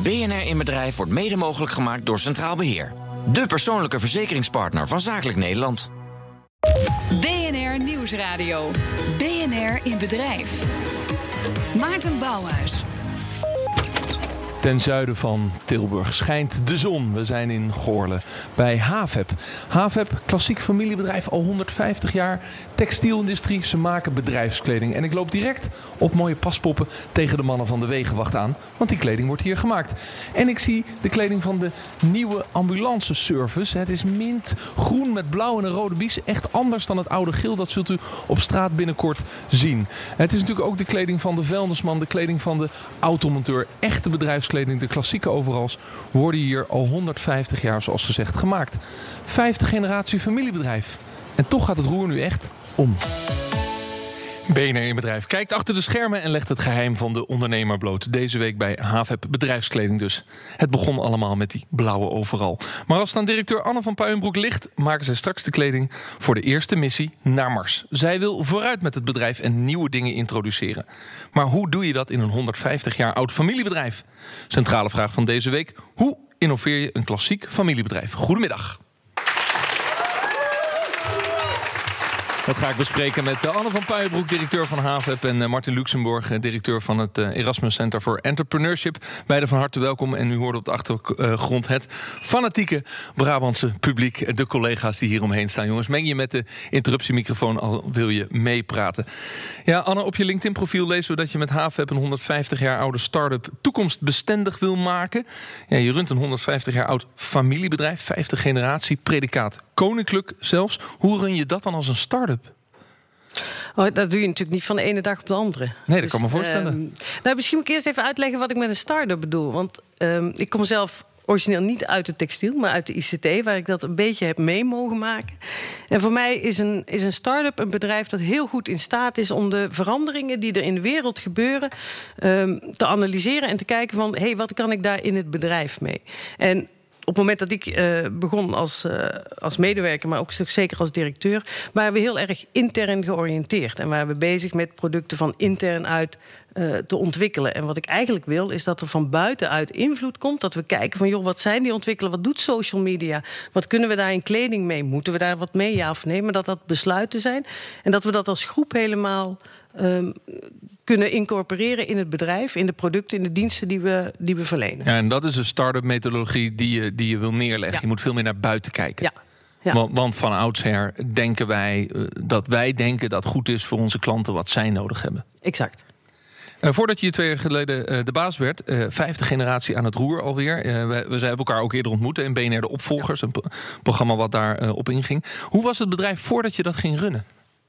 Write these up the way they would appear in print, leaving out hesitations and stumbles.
BNR in Bedrijf wordt mede mogelijk gemaakt door Centraal Beheer. De persoonlijke verzekeringspartner van Zakelijk Nederland. BNR Nieuwsradio. BNR in Bedrijf. Maarten Bouwhuis. Ten zuiden van Tilburg schijnt de zon. We zijn in Goorle bij Havep. Havep, klassiek familiebedrijf, al 150 jaar. Textielindustrie, ze maken bedrijfskleding. En ik loop direct op mooie paspoppen tegen de mannen van de Wegenwacht aan. Want die kleding wordt hier gemaakt. En ik zie de kleding van de nieuwe ambulanceservice. Het is mint, groen met blauw en een rode bies. Echt anders dan het oude geel. Dat zult u op straat binnenkort zien. Het is natuurlijk ook de kleding van de vuilnisman. De kleding van de automonteur. Echte bedrijfskleding. De klassieke overals worden hier al 150 jaar, zoals gezegd, gemaakt. 50 generatie familiebedrijf. En toch gaat het roer nu echt om. BNR in Bedrijf kijkt achter de schermen en legt het geheim van de ondernemer bloot. Deze week bij Havep bedrijfskleding dus. Het begon allemaal met die blauwe overal. Maar als het aan directeur Anne van Puijenbroek ligt, maken zij straks de kleding voor de eerste missie naar Mars. Zij wil vooruit met het bedrijf en nieuwe dingen introduceren. Maar hoe doe je dat in een 150 jaar oud familiebedrijf? Centrale vraag van deze week: hoe innoveer je een klassiek familiebedrijf? Goedemiddag. Dat ga ik bespreken met Anne van Puijenbroek, directeur van Havep, en Martin Luxemburg, directeur van het Erasmus Center for Entrepreneurship. Beiden van harte welkom. En u hoorde op de achtergrond het fanatieke Brabantse publiek, de collega's die hier omheen staan. Jongens, meng je met de interruptiemicrofoon al wil je meepraten. Ja, Anne, op je LinkedIn-profiel lezen we dat je met Havep een 150 jaar oude start-up toekomstbestendig wil maken. Ja, je runt een 150 jaar oud familiebedrijf, 50 generatie, predicaat koninklijk zelfs. Hoe run je dat dan als een start-up? Oh, dat doe je natuurlijk niet van de ene dag op de andere. Nee, dat kan me voorstellen. Misschien moet ik eerst even uitleggen wat ik met een start-up bedoel. Want ik kom zelf origineel niet uit de textiel, maar uit de ICT, waar ik dat een beetje heb mee mogen maken. En voor mij is een start-up een bedrijf dat heel goed in staat is om de veranderingen die er in de wereld gebeuren te analyseren en te kijken van, hey, wat kan ik daar in het bedrijf mee? En op het moment dat ik begon als medewerker, maar ook zeker als directeur, waren we heel erg intern georiënteerd. En waren we bezig met producten van intern uit te ontwikkelen. En wat ik eigenlijk wil, is dat er van buitenuit invloed komt. Dat we kijken van, joh, wat zijn die ontwikkelen? Wat doet social media? Wat kunnen we daar in kleding mee? Moeten we daar wat mee, ja of nee? Maar dat besluiten zijn. En dat we dat als groep helemaal kunnen incorporeren in het bedrijf, in de producten, in de diensten die we verlenen. Ja, en dat is een start-up methodologie die je wil neerleggen. Ja. Je moet veel meer naar buiten kijken. Ja. Ja. Want van oudsher denken wij denken dat goed is voor onze klanten wat zij nodig hebben. Exact. Voordat je 2 jaar geleden de baas werd, 50 generatie aan het roer alweer. We hebben elkaar ook eerder ontmoet in BNR de Opvolgers, een programma wat daarop inging. Hoe was het bedrijf voordat je dat ging runnen?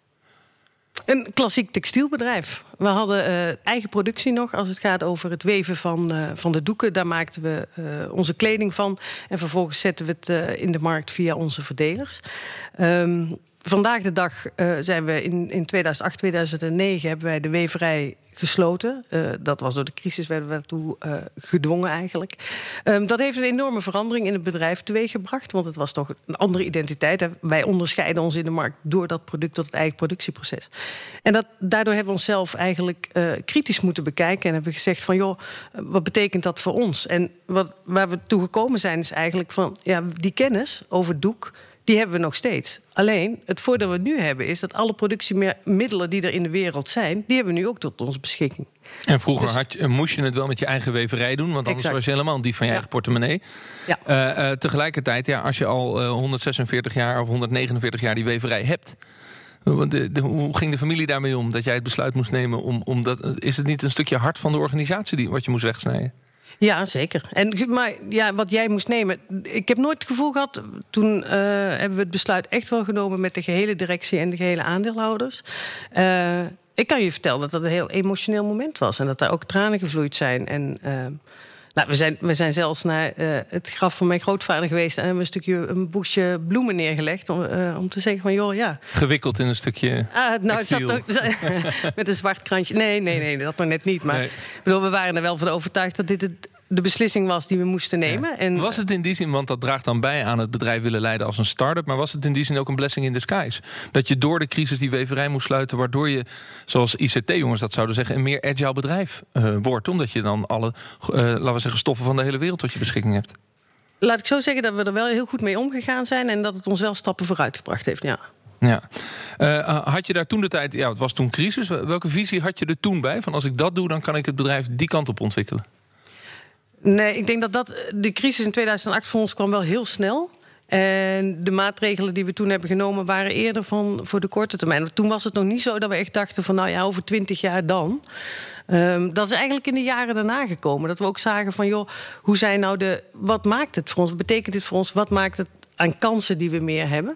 Een klassiek textielbedrijf. We hadden eigen productie nog als het gaat over het weven van de doeken. Daar maakten we onze kleding van. En vervolgens zetten we het in de markt via onze verdelers. Vandaag de dag zijn we in 2008, 2009 hebben wij de weverij gesloten. Dat was door de crisis, werden we daartoe gedwongen eigenlijk. Dat heeft een enorme verandering in het bedrijf teweeggebracht. Want het was toch een andere identiteit. Hè. Wij onderscheiden ons in de markt door dat product tot het eigen productieproces. En daardoor hebben we onszelf eigenlijk kritisch moeten bekijken. En hebben gezegd van, joh, wat betekent dat voor ons? En waar we toe gekomen zijn is eigenlijk van, ja, die kennis over doek, die hebben we nog steeds. Alleen, het voordeel we nu hebben is dat alle productiemiddelen die er in de wereld zijn, die hebben we nu ook tot onze beschikking. En vroeger moest je het wel met je eigen weverij doen, want anders was je helemaal die van je eigen portemonnee. Ja. Tegelijkertijd, ja, als je al 146 jaar of 149 jaar die weverij hebt, hoe ging de familie daarmee om? Dat jij het besluit moest nemen om dat? Is het niet een stukje hart van de organisatie wat je moest wegsnijden? Ja, zeker. Maar ja, wat jij moest nemen. Ik heb nooit het gevoel gehad. Toen hebben we het besluit echt wel genomen met de gehele directie en de gehele aandeelhouders. Ik kan je vertellen dat dat een heel emotioneel moment was. En dat daar ook tranen gevloeid zijn. En we zijn zelfs naar het graf van mijn grootvader geweest en hebben een boesje bloemen neergelegd om te zeggen van, joh, ja. Gewikkeld in een stukje textiel. Het zat nog met een zwart krantje. Nee, dat nog net niet. Maar nee. Ik bedoel, we waren er wel van overtuigd dat dit de beslissing was die we moesten nemen. Ja. En was het in die zin, want dat draagt dan bij aan het bedrijf willen leiden als een start-up, maar was het in die zin ook een blessing in disguise? Dat je door de crisis die weverij moest sluiten, waardoor je, zoals ICT-jongens dat zouden zeggen, een meer agile bedrijf wordt, omdat je dan alle, laten we zeggen, stoffen van de hele wereld tot je beschikking hebt. Laat ik zo zeggen dat we er wel heel goed mee omgegaan zijn en dat het ons wel stappen vooruit gebracht heeft, ja. Ja. Had je daar toen de tijd, het was toen crisis, welke visie had je er toen bij? Van als ik dat doe, dan kan ik het bedrijf die kant op ontwikkelen. Nee, ik denk dat de crisis in 2008 voor ons kwam wel heel snel. En de maatregelen die we toen hebben genomen waren eerder voor de korte termijn. Toen was het nog niet zo dat we echt dachten van over 20 jaar dan. Dat is eigenlijk in de jaren daarna gekomen. Dat we ook zagen van hoe zijn nou wat maakt het voor ons? Wat betekent dit voor ons? Wat maakt het aan kansen die we meer hebben?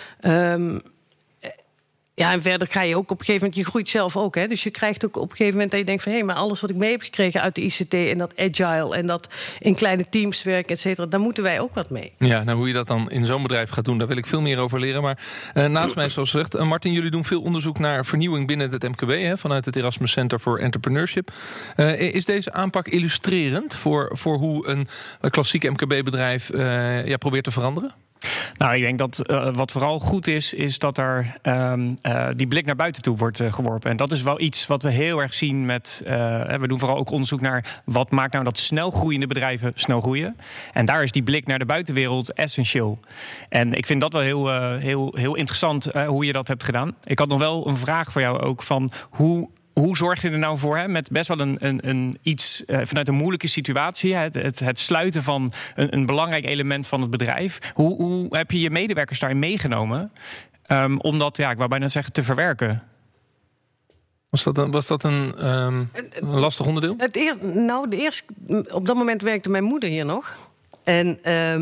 En verder ga je ook op een gegeven moment, je groeit zelf ook. Hè? Dus je krijgt ook op een gegeven moment dat je denkt van maar alles wat ik mee heb gekregen uit de ICT en dat agile en dat in kleine teams werken, et cetera, daar moeten wij ook wat mee. Ja, nou hoe je dat dan in zo'n bedrijf gaat doen, daar wil ik veel meer over leren. Maar naast mij, zoals gezegd, Martin, jullie doen veel onderzoek naar vernieuwing binnen het MKB, vanuit het Erasmus Center for Entrepreneurship. Is deze aanpak illustrerend voor hoe een klassiek MKB-bedrijf probeert te veranderen? Nou, ik denk dat wat vooral goed is dat er die blik naar buiten toe wordt geworpen. En dat is wel iets wat we heel erg zien met... we doen vooral ook onderzoek naar wat maakt nou dat snel groeiende bedrijven snel groeien. En daar is die blik naar de buitenwereld essentieel. En ik vind dat wel heel interessant hoe je dat hebt gedaan. Ik had nog wel een vraag voor jou ook van hoe zorg je er nou voor, met best wel een iets vanuit een moeilijke situatie, het sluiten van een belangrijk element van het bedrijf. Hoe heb je je medewerkers daarin meegenomen om dat, ik wou bijna zeggen, te verwerken? Was dat een lastig onderdeel? Op dat moment werkte mijn moeder hier nog. En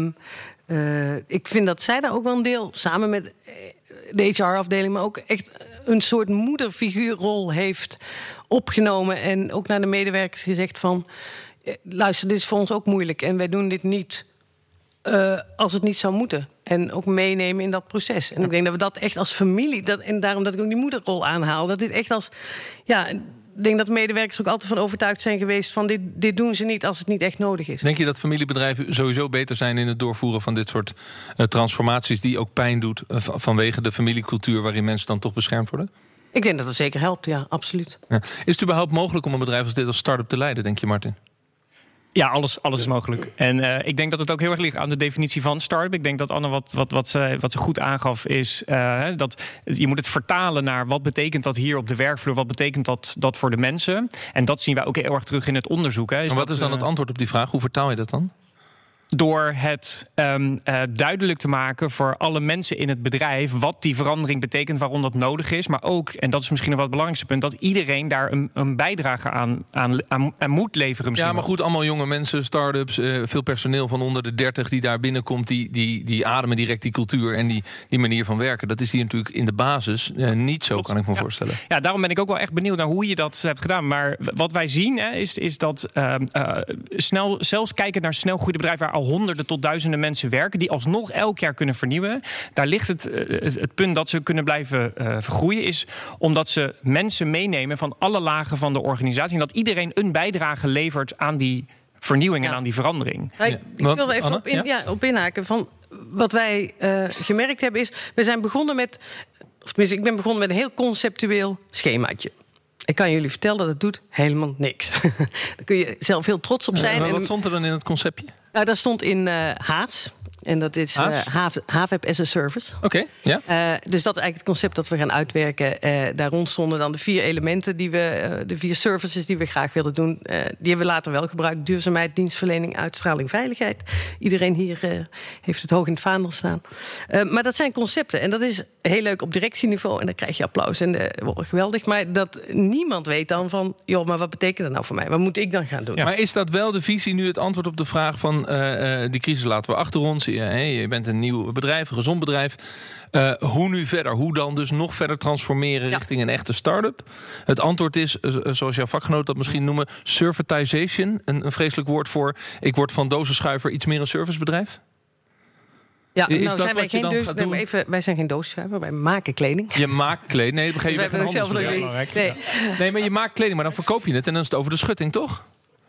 ik vind dat zij daar ook wel een deel, samen met de HR-afdeling, maar ook echt een soort moederfiguurrol heeft opgenomen. En ook naar de medewerkers gezegd van, luister, dit is voor ons ook moeilijk. En wij doen dit niet als het niet zou moeten. En ook meenemen in dat proces. En ik denk dat we dat echt als familie, en daarom dat ik ook die moederrol aanhaal, dat dit echt als... Ik denk dat de medewerkers ook altijd van overtuigd zijn geweest van dit doen ze niet als het niet echt nodig is. Denk je dat familiebedrijven sowieso beter zijn in het doorvoeren van dit soort transformaties die ook pijn doet vanwege de familiecultuur waarin mensen dan toch beschermd worden? Ik denk dat dat zeker helpt, ja, absoluut. Ja. Is het überhaupt mogelijk om een bedrijf als dit als start-up te leiden, denk je, Martin? Ja, alles is mogelijk. En ik denk dat het ook heel erg ligt aan de definitie van start-up. Ik denk dat Anne wat ze goed aangaf is dat je moet het vertalen naar wat betekent dat hier op de werkvloer, wat betekent dat voor de mensen. En dat zien wij ook heel erg terug in het onderzoek. En wat is dan het antwoord op die vraag? Hoe vertaal je dat dan? Door het duidelijk te maken voor alle mensen in het bedrijf wat die verandering betekent, waarom dat nodig is. Maar ook, en dat is misschien nog wel het belangrijkste punt, dat iedereen daar een bijdrage aan moet leveren. Ja, maar goed, allemaal jonge mensen, start-ups, veel personeel van onder de 30 die daar binnenkomt, die ademen direct die cultuur en die manier van werken. Dat is hier natuurlijk in de basis niet zo, kan ik me voorstellen. Ja, daarom ben ik ook wel echt benieuwd naar hoe je dat hebt gedaan. Maar wat wij zien is dat zelfs kijken naar snel groeiende bedrijven waar al honderden tot duizenden mensen werken, die alsnog elk jaar kunnen vernieuwen. Daar ligt het punt dat ze kunnen blijven vergroeien, is omdat ze mensen meenemen van alle lagen van de organisatie en dat iedereen een bijdrage levert aan die vernieuwing en aan die verandering. Ik wil er even op inhaken van wat wij gemerkt hebben is, we zijn begonnen met, of tenminste, ik ben begonnen met een heel conceptueel schemaatje. Ik kan jullie vertellen dat het doet helemaal niks. Daar kun je zelf heel trots op zijn. Maar wat stond er dan in het conceptje? Nou, daar stond in HAAS. En dat is HAVEP as a Service. Oké, ja. Dus dat is eigenlijk het concept dat we gaan uitwerken. Daar rond stonden dan de 4 elementen de 4 services die we graag wilden doen. Die hebben we later wel gebruikt. Duurzaamheid, dienstverlening, uitstraling, veiligheid. Iedereen hier heeft het hoog in het vaandel staan. Maar dat zijn concepten. En dat is heel leuk op directieniveau. En dan krijg je applaus. En geweldig. Maar dat niemand weet dan van, joh, maar wat betekent dat nou voor mij? Wat moet ik dan gaan doen? Ja. Maar is dat wel de visie nu het antwoord op de vraag van die crisis laten we achter ons? Je bent een nieuw bedrijf, een gezond bedrijf. Hoe nu verder? Hoe dan dus nog verder transformeren richting een echte start-up? Het antwoord is, zoals jouw vakgenoot dat misschien noemen, servitization. Een vreselijk woord voor, ik word van dozenschuiver iets meer een servicebedrijf? Ja, nou zijn wij geen wij zijn geen dozenschuiver, wij maken kleding. Je maakt kleding? Nee, begrijp je, Nee, maar je maakt kleding, maar dan verkoop je het en dan is het over de schutting, toch?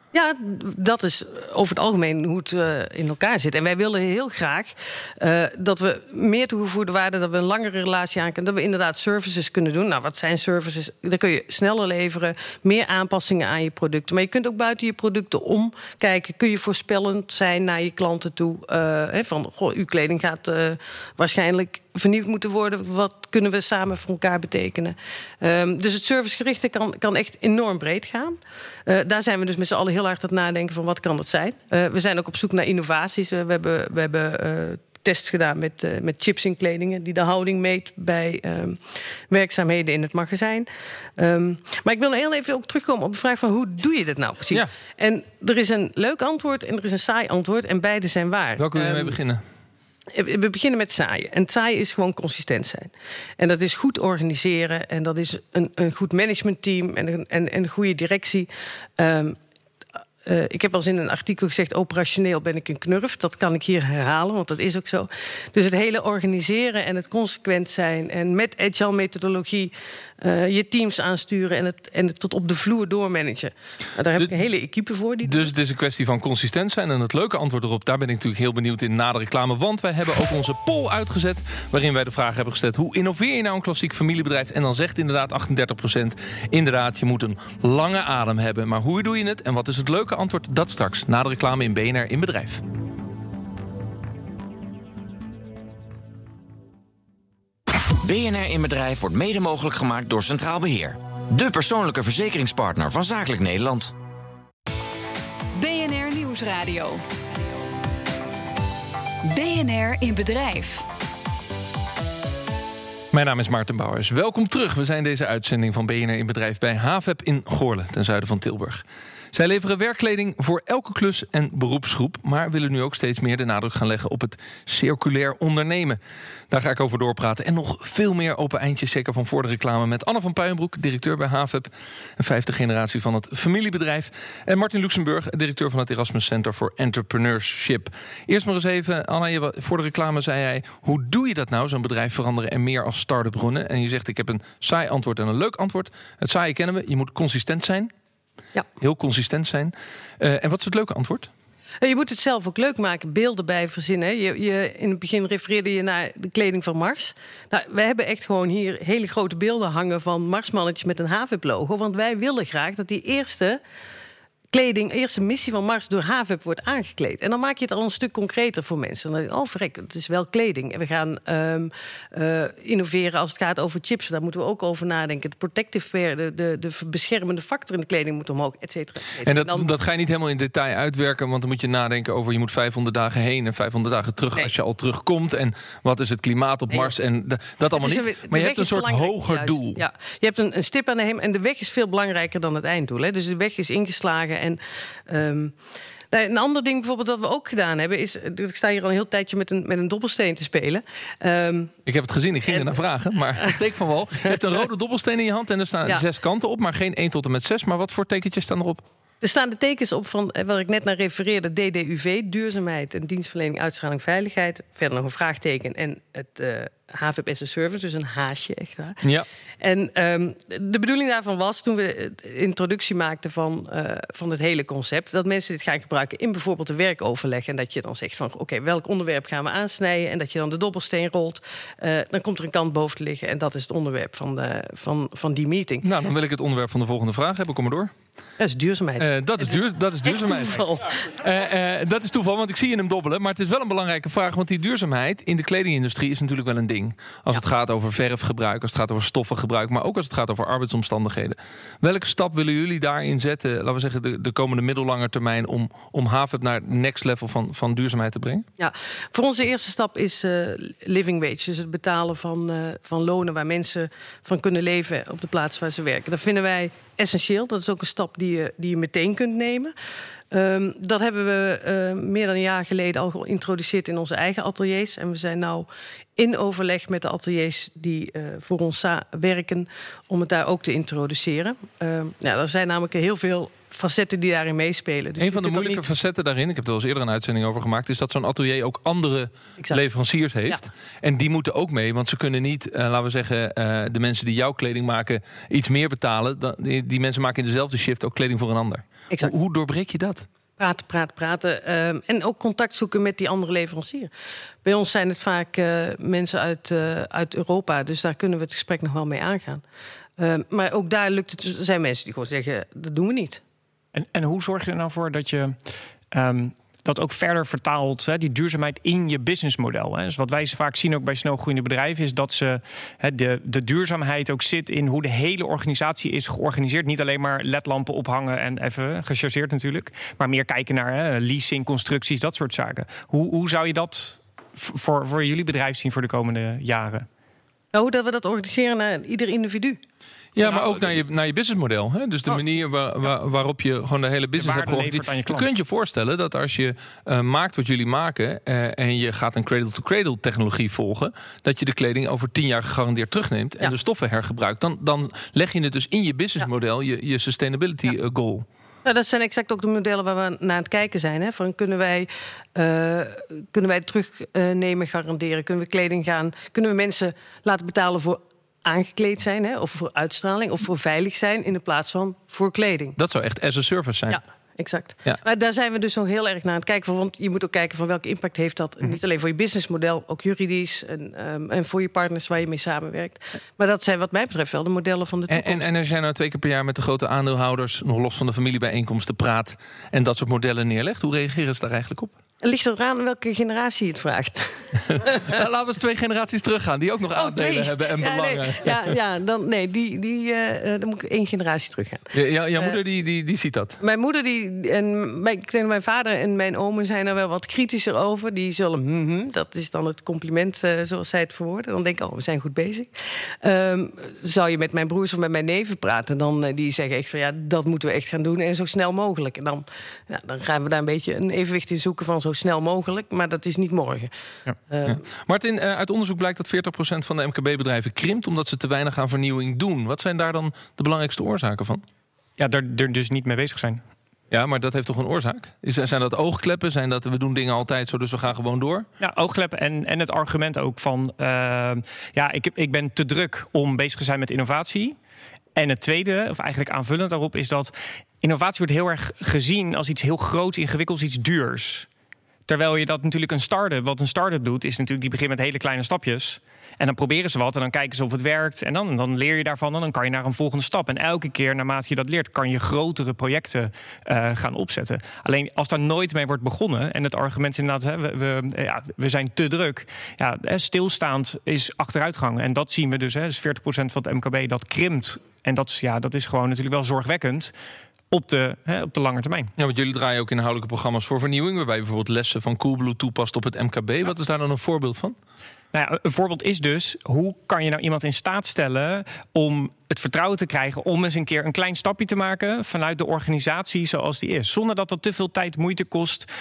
Ja, dat is over het algemeen hoe het in elkaar zit. En wij willen heel graag dat we meer toegevoegde waarde, dat we een langere relatie aan kunnen, dat we inderdaad services kunnen doen. Nou, wat zijn services? Dan kun je sneller leveren, meer aanpassingen aan je producten. Maar je kunt ook buiten je producten omkijken. Kun je voorspellend zijn naar je klanten toe. Van, uw kleding gaat waarschijnlijk vernieuwd moeten worden. Wat kunnen we samen voor elkaar betekenen? Dus het servicegerichte kan echt enorm breed gaan. Daar zijn we dus met z'n allen heel hard aan het nadenken van wat kan dat zijn. We zijn ook op zoek naar innovaties. We hebben tests gedaan met chips in kledingen die de houding meet bij werkzaamheden in het magazijn. Maar ik wil heel even ook terugkomen op de vraag van hoe doe je dat nou precies? Ja. En er is een leuk antwoord en er is een saai antwoord en beide zijn waar. Welke wil je mee beginnen? We beginnen met saaien. En het saaien is gewoon consistent zijn. En dat is goed organiseren. En dat is een goed managementteam en een goede directie. Ik heb wel eens in een artikel gezegd, operationeel ben ik een knurf. Dat kan ik hier herhalen, want dat is ook zo. Dus het hele organiseren en het consequent zijn en met agile methodologie je teams aansturen en het tot op de vloer doormanagen. Daar heb ik een hele equipe voor. Dus het is een kwestie van consistent zijn. En het leuke antwoord erop, daar ben ik natuurlijk heel benieuwd in na de reclame. Want wij hebben ook onze poll uitgezet, waarin wij de vraag hebben gesteld: hoe innoveer je nou een klassiek familiebedrijf? En dan zegt inderdaad 38%, inderdaad, je moet een lange adem hebben. Maar hoe doe je het en wat is het leuke antwoord? Dat straks, na de reclame in BNR in Bedrijf. BNR in Bedrijf wordt mede mogelijk gemaakt door Centraal Beheer. De persoonlijke verzekeringspartner van Zakelijk Nederland. BNR Nieuwsradio. BNR in Bedrijf. Mijn naam is Maarten Bouwers. Welkom terug. We zijn deze uitzending van BNR in Bedrijf bij HAVEP in Goorle, ten zuiden van Tilburg. Zij leveren werkkleding voor elke klus en beroepsgroep, maar willen nu ook steeds meer de nadruk gaan leggen op het circulair ondernemen. Daar ga ik over doorpraten. En nog veel meer open eindjes, zeker van voor de reclame, met Anne van Puijenbroek, directeur bij HAVEP, een 5e generatie van het familiebedrijf. En Martin Luxemburg, directeur van het Erasmus Center for Entrepreneurship. Eerst maar eens even, Anne, voor de reclame zei jij, hoe doe je dat nou, zo'n bedrijf veranderen en meer als start-up runnen? En je zegt, ik heb een saai antwoord en een leuk antwoord. Het saaie kennen we, je moet consistent zijn. Ja. Heel consistent zijn. En wat is het leuke antwoord? Je moet het zelf ook leuk maken, beelden bij verzinnen. In het begin refereerde je naar de kleding van Mars. Nou, wij hebben echt gewoon hier hele grote beelden hangen van Marsmannetjes met een HAVEP-logo. Want wij willen graag dat die eerste missie van Mars door HAVEP wordt aangekleed. En dan maak je het al een stuk concreter voor mensen. Dan denk je, verrek, het is wel kleding. En we gaan innoveren als het gaat over chips. Daar moeten we ook over nadenken. De protective wear, de beschermende factor in de kleding moet omhoog, et cetera. En dat ga je niet helemaal in detail uitwerken, want dan moet je nadenken over, je moet 500 dagen heen en 500 dagen terug als je al terugkomt. En wat is het klimaat op Mars? En dat allemaal niet. Maar je hebt een soort hoger doel. Ja, je hebt een stip aan de hemel en de weg is veel belangrijker dan het einddoel. Hè. Dus de weg is ingeslagen. En een ander ding bijvoorbeeld dat we ook gedaan hebben is, ik sta hier al een heel tijdje met een dobbelsteen te spelen. Ik heb het gezien, ik ging er naar vragen, maar steek van wal. Je hebt een rode dobbelsteen in je hand en er staan 6 kanten op, maar geen 1 tot en met 6. Maar wat voor tekentjes staan erop? Er staan de tekens op van, waar ik net naar refereerde, DDUV, duurzaamheid en dienstverlening, uitstraling, veiligheid. Verder nog een vraagteken en het HAVEP as a service, dus een haasje echt waar. Ja. En de bedoeling daarvan was, toen we de introductie maakten van het hele concept, dat mensen dit gaan gebruiken in bijvoorbeeld een werkoverleg. En dat je dan zegt van, oké, welk onderwerp gaan we aansnijden? En dat je dan de dobbelsteen rolt. Dan komt er een kant boven te liggen en dat is het onderwerp van die meeting. Nou, dan wil ik het onderwerp van de volgende vraag hebben. Kom maar door. Dat is duurzaamheid. Dat is duurzaamheid. Toeval. Dat is toeval, want ik zie je hem dobbelen. Maar het is wel een belangrijke vraag, want die duurzaamheid in de kledingindustrie is natuurlijk wel een ding. Als het gaat over verfgebruik, als het gaat over stoffengebruik, maar ook als het gaat over arbeidsomstandigheden. Welke stap willen jullie daarin zetten, laten we zeggen de komende middellange termijn, om HAVEP naar het next level van duurzaamheid te brengen? Ja, voor onze eerste stap is living wage. Dus het betalen van lonen waar mensen van kunnen leven op de plaats waar ze werken. Dat vinden wij essentieel. Dat is ook een stap die je meteen kunt nemen. Dat hebben we meer dan een jaar geleden al geïntroduceerd in onze eigen ateliers. En we zijn nou in overleg met de ateliers die voor ons werken om het daar ook te introduceren. Er zijn namelijk heel veel facetten die daarin meespelen. Dus een van de moeilijke facetten daarin, ik heb er wel eens eerder een uitzending over gemaakt, is dat zo'n atelier ook andere leveranciers heeft. Ja. En die moeten ook mee, want ze kunnen niet, laten we zeggen, de mensen die jouw kleding maken iets meer betalen. Die mensen maken in dezelfde shift ook kleding voor een ander. Hoe doorbreek je dat? Praten. En ook contact zoeken met die andere leverancier. Bij ons zijn het vaak mensen uit Europa. Dus daar kunnen we het gesprek nog wel mee aangaan. Maar ook daar lukt het. Er zijn mensen die gewoon zeggen, dat doen we niet. En hoe zorg je er nou voor dat je dat ook verder vertaalt, die duurzaamheid in je businessmodel? Dus wat wij vaak zien ook bij snelgroeiende bedrijven, is dat ze de duurzaamheid ook zit in hoe de hele organisatie is georganiseerd. Niet alleen maar ledlampen ophangen en even gechargeerd natuurlijk, maar meer kijken naar leasing, constructies, dat soort zaken. Hoe zou je dat voor jullie bedrijf zien voor de komende jaren? Nou, dat we dat organiseren naar ieder individu. Ja, maar ook naar je businessmodel. Hè? Dus de manier waarop je gewoon de hele business hebt georganiseerd. Je kunt je voorstellen dat als je maakt wat jullie maken en je gaat een cradle-to-cradle technologie volgen, dat je de kleding over 10 jaar gegarandeerd terugneemt en de stoffen hergebruikt. Dan leg je het dus in je businessmodel, je sustainability goal. Nou, dat zijn exact ook de modellen waar we naar het kijken zijn. Hè? Van kunnen wij terugnemen, garanderen? Kunnen we kleding kunnen we mensen laten betalen voor aangekleed zijn, hè? Of voor uitstraling, of voor veilig zijn, in de plaats van voor kleding? Dat zou echt as a service zijn. Ja, exact. Ja. Maar daar zijn we dus nog heel erg naar aan het kijken. Want je moet ook kijken van welke impact heeft dat. Niet alleen voor je businessmodel, ook juridisch en voor je partners waar je mee samenwerkt. Maar dat zijn wat mij betreft wel de modellen van de toekomst. En er zijn nou 2 keer per jaar met de grote aandeelhouders, nog los van de familiebijeenkomsten, praat en dat soort modellen neerlegt. Hoe reageren ze daar eigenlijk op? Het ligt eraan welke generatie het vraagt. Laten we eens 2 generaties teruggaan, die ook nog aandelen hebben en belangen. Dan moet ik 1 generatie teruggaan. Jouw moeder die ziet dat? Mijn moeder, mijn vader en mijn oom zijn er wel wat kritischer over. Die zullen, dat is dan het compliment zoals zij het verwoorden. Dan denk ik, we zijn goed bezig. Zou je met mijn broers of met mijn neven praten, dan die zeggen echt van dat moeten we echt gaan doen en zo snel mogelijk. En dan gaan we daar een beetje een evenwicht in zoeken van zo snel mogelijk, maar dat is niet morgen. Ja. Martin, uit onderzoek blijkt dat 40% van de MKB-bedrijven krimpt omdat ze te weinig aan vernieuwing doen. Wat zijn daar dan de belangrijkste oorzaken van? Ja, er dus niet mee bezig zijn. Ja, maar dat heeft toch een oorzaak? Zijn dat oogkleppen? Zijn dat we doen dingen altijd zo, dus we gaan gewoon door? Ja, oogkleppen en het argument ook van ik ben te druk om bezig te zijn met innovatie. En het tweede, of eigenlijk aanvullend daarop, is dat innovatie wordt heel erg gezien als iets heel groots, ingewikkelds, iets duurs. Terwijl je dat natuurlijk wat een start-up doet, is natuurlijk die begint met hele kleine stapjes. En dan proberen ze wat en dan kijken ze of het werkt. En dan leer je daarvan en dan kan je naar een volgende stap. En elke keer, naarmate je dat leert, kan je grotere projecten gaan opzetten. Alleen als daar nooit mee wordt begonnen, en het argument is inderdaad, we zijn te druk. Ja, stilstaand is achteruitgang. En dat zien we dus. Dus 40% van het MKB dat krimpt. En dat is gewoon natuurlijk wel zorgwekkend. Op de lange termijn. Ja, want jullie draaien ook inhoudelijke programma's voor vernieuwing, waarbij je bijvoorbeeld lessen van Coolblue toepast op het MKB. Ja. Wat is daar dan een voorbeeld van? Nou ja, een voorbeeld is dus, hoe kan je nou iemand in staat stellen om het vertrouwen te krijgen om eens een keer een klein stapje te maken vanuit de organisatie zoals die is. Zonder dat te veel tijd, moeite kost.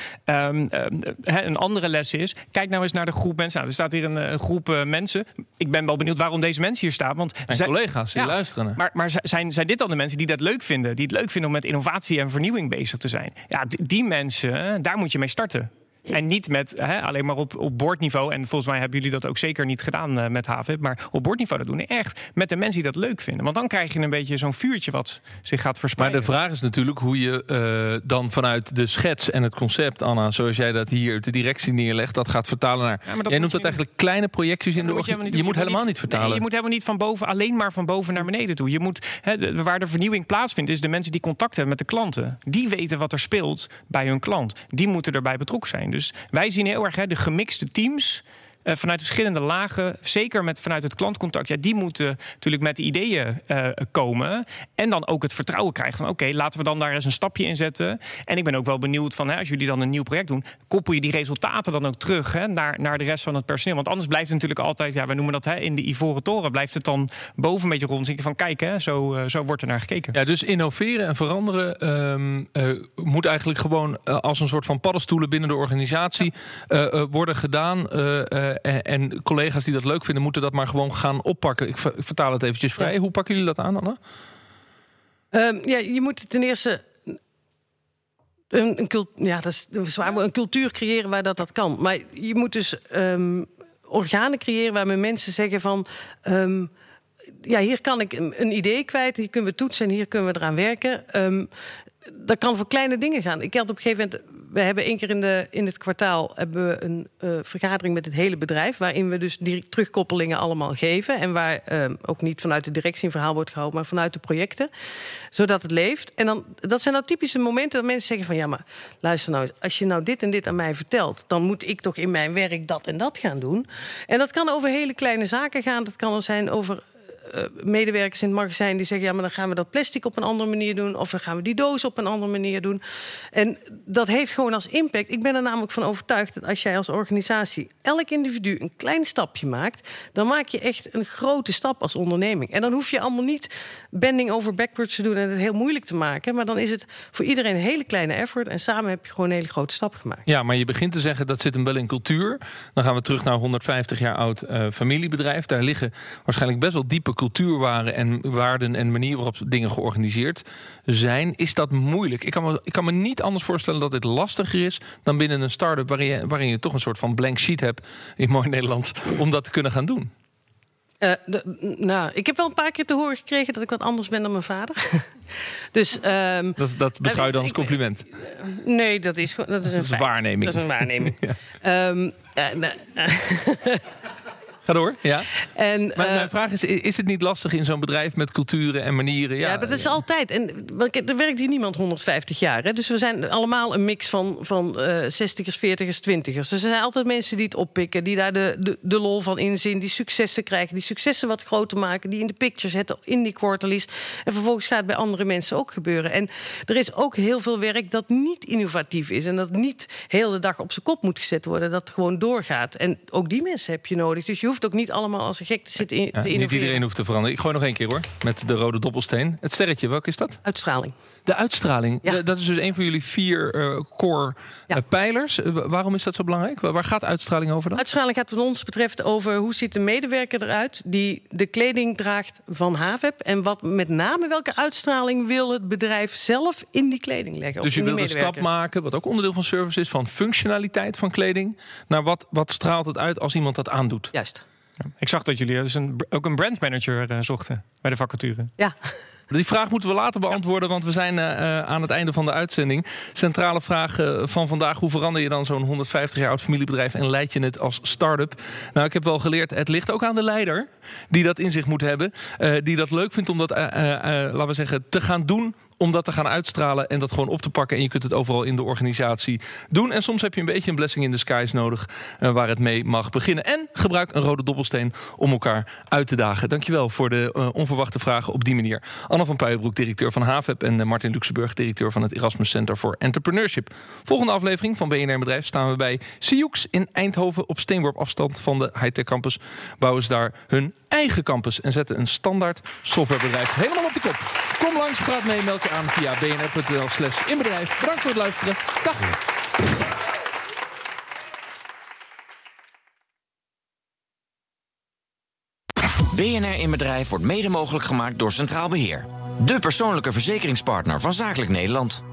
Een andere les is, kijk nou eens naar de groep mensen. Nou, er staat hier een groep mensen. Ik ben wel benieuwd waarom deze mensen hier staan. Want collega's die luisteren. Maar zijn dit dan de mensen die dat leuk vinden? Die het leuk vinden om met innovatie en vernieuwing bezig te zijn? Ja, die mensen, daar moet je mee starten. En niet met alleen maar op boordniveau. En volgens mij hebben jullie dat ook zeker niet gedaan met HAVEP. Maar op boordniveau dat doen. Echt met de mensen die dat leuk vinden. Want dan krijg je een beetje zo'n vuurtje wat zich gaat verspreiden. Maar de vraag is natuurlijk hoe je dan vanuit de schets en het concept, Anna, zoals jij dat hier op de directie neerlegt, dat gaat vertalen naar. Ja, jij noemt dat eigenlijk kleine projectjes in de organisatie. Je moet helemaal niet vertalen. Nee, je moet helemaal niet alleen maar van boven naar beneden toe. Je moet, waar de vernieuwing plaatsvindt, is de mensen die contact hebben met de klanten. Die weten wat er speelt bij hun klant. Die moeten erbij betrokken zijn. Dus wij zien heel erg de gemixte teams vanuit verschillende lagen, zeker vanuit het klantcontact. Ja, die moeten natuurlijk met de ideeën komen en dan ook het vertrouwen krijgen van oké, laten we dan daar eens een stapje in zetten. En ik ben ook wel benieuwd van als jullie dan een nieuw project doen, koppel je die resultaten dan ook terug naar de rest van het personeel. Want anders blijft het natuurlijk altijd, wij noemen dat in de Ivoren Toren, blijft het dan boven een beetje rondzinken van kijk, zo wordt er naar gekeken. Ja, dus innoveren en veranderen moet eigenlijk gewoon als een soort van paddenstoelen binnen de organisatie worden gedaan. En collega's die dat leuk vinden, moeten dat maar gewoon gaan oppakken. Ik vertaal het eventjes vrij. Ja. Hoe pakken jullie dat aan, Anne? Je moet ten eerste Dat is zwaar, een cultuur creëren waar dat kan. Maar je moet dus organen creëren waarmee mensen zeggen van... hier kan ik een idee kwijt, hier kunnen we toetsen en hier kunnen we eraan werken. Dat kan voor kleine dingen gaan. Ik had op een gegeven moment... We hebben 1 keer in het kwartaal hebben we een vergadering met het hele bedrijf... waarin we dus die terugkoppelingen allemaal geven... en waar ook niet vanuit de directie een verhaal wordt gehouden... maar vanuit de projecten, zodat het leeft. En dan, dat zijn nou typische momenten dat mensen zeggen van... ja, maar luister nou eens, als je nou dit en dit aan mij vertelt... dan moet ik toch in mijn werk dat en dat gaan doen. En dat kan over hele kleine zaken gaan. Dat kan er zijn over... medewerkers in het magazijn die zeggen... ja, maar dan gaan we dat plastic op een andere manier doen... of dan gaan we die doos op een andere manier doen. En dat heeft gewoon als impact... Ik ben er namelijk van overtuigd dat als jij als organisatie... elk individu een klein stapje maakt... dan maak je echt een grote stap als onderneming. En dan hoef je allemaal niet bending over backwards te doen... en het heel moeilijk te maken. Maar dan is het voor iedereen een hele kleine effort... en samen heb je gewoon een hele grote stap gemaakt. Ja, maar je begint te zeggen dat zit hem wel in cultuur. Dan gaan we terug naar 150 jaar oud familiebedrijf. Daar liggen waarschijnlijk best wel diepe cultuurwaarden en waarden en manieren waarop dingen georganiseerd zijn. Is dat moeilijk? Ik kan me niet anders voorstellen dat dit lastiger is dan binnen een start-up waarin je toch een soort van blank sheet hebt in mooi Nederlands om dat te kunnen gaan doen. Ik heb wel een paar keer te horen gekregen dat ik wat anders ben dan mijn vader. Dus, dat beschouw je dan als compliment? Nee, dat is een waarneming. Dat is een waarneming. Ja. Ga door, ja. Mijn vraag is het niet lastig in zo'n bedrijf met culturen en manieren? Ja, dat is altijd. En er werkt hier niemand 150 jaar. Hè? Dus we zijn allemaal een mix van 60ers, 40ers, 20ers. Dus er zijn altijd mensen die het oppikken, die daar de lol van inzien, die successen krijgen, die successen wat groter maken, die in de picture zetten, in die quarterlies. En vervolgens gaat het bij andere mensen ook gebeuren. En er is ook heel veel werk dat niet innovatief is en dat niet heel de dag op zijn kop moet gezet worden, dat gewoon doorgaat. En ook die mensen heb je nodig. Dus je hoeft ook niet allemaal als een gek te zitten te innoveren. Niet iedereen hoeft te veranderen. Ik gooi nog 1 keer hoor, met de rode dobbelsteen. Het sterretje, welke is dat? Uitstraling. De uitstraling. Ja. Dat is dus een van jullie 4 core pijlers. Waarom is dat zo belangrijk? Waar gaat uitstraling over dan? Uitstraling gaat wat ons betreft over hoe ziet de medewerker eruit die de kleding draagt van HAVEP. En wat met name welke uitstraling wil het bedrijf zelf in die kleding leggen. Dus je wilt een stap maken, wat ook onderdeel van service is, van functionaliteit van kleding. Naar wat straalt het uit als iemand dat aandoet? Juist. Ik zag dat jullie dus ook een brandmanager zochten bij de vacature. Ja. Die vraag moeten we later beantwoorden, want we zijn aan het einde van de uitzending. Centrale vraag van vandaag: hoe verander je dan zo'n 150 jaar oud familiebedrijf en leid je het als start-up? Nou, ik heb wel geleerd, het ligt ook aan de leider die dat in zich moet hebben. Die dat leuk vindt om dat, laten we zeggen, te gaan doen. Om dat te gaan uitstralen en dat gewoon op te pakken. En je kunt het overal in de organisatie doen. En soms heb je een beetje een blessing in disguise nodig waar het mee mag beginnen. En gebruik een rode dobbelsteen om elkaar uit te dagen. Dankjewel voor de onverwachte vragen op die manier. Anna van Puijenbroek, directeur van HAVEP. En Martin Luxemburg, directeur van het Erasmus Center for Entrepreneurship. Volgende aflevering van BNR Bedrijf staan we bij Siux in Eindhoven. Op steenworp afstand van de Hightech Campus bouwen ze daar hun eigen campus. En zetten een standaard softwarebedrijf helemaal op de kop. Kom langs, praat mee, meld je aan via bnr.nl/inbedrijf. Bedankt voor het luisteren. Dag. BNR in Bedrijf wordt mede mogelijk gemaakt door Centraal Beheer. De persoonlijke verzekeringspartner van Zakelijk Nederland.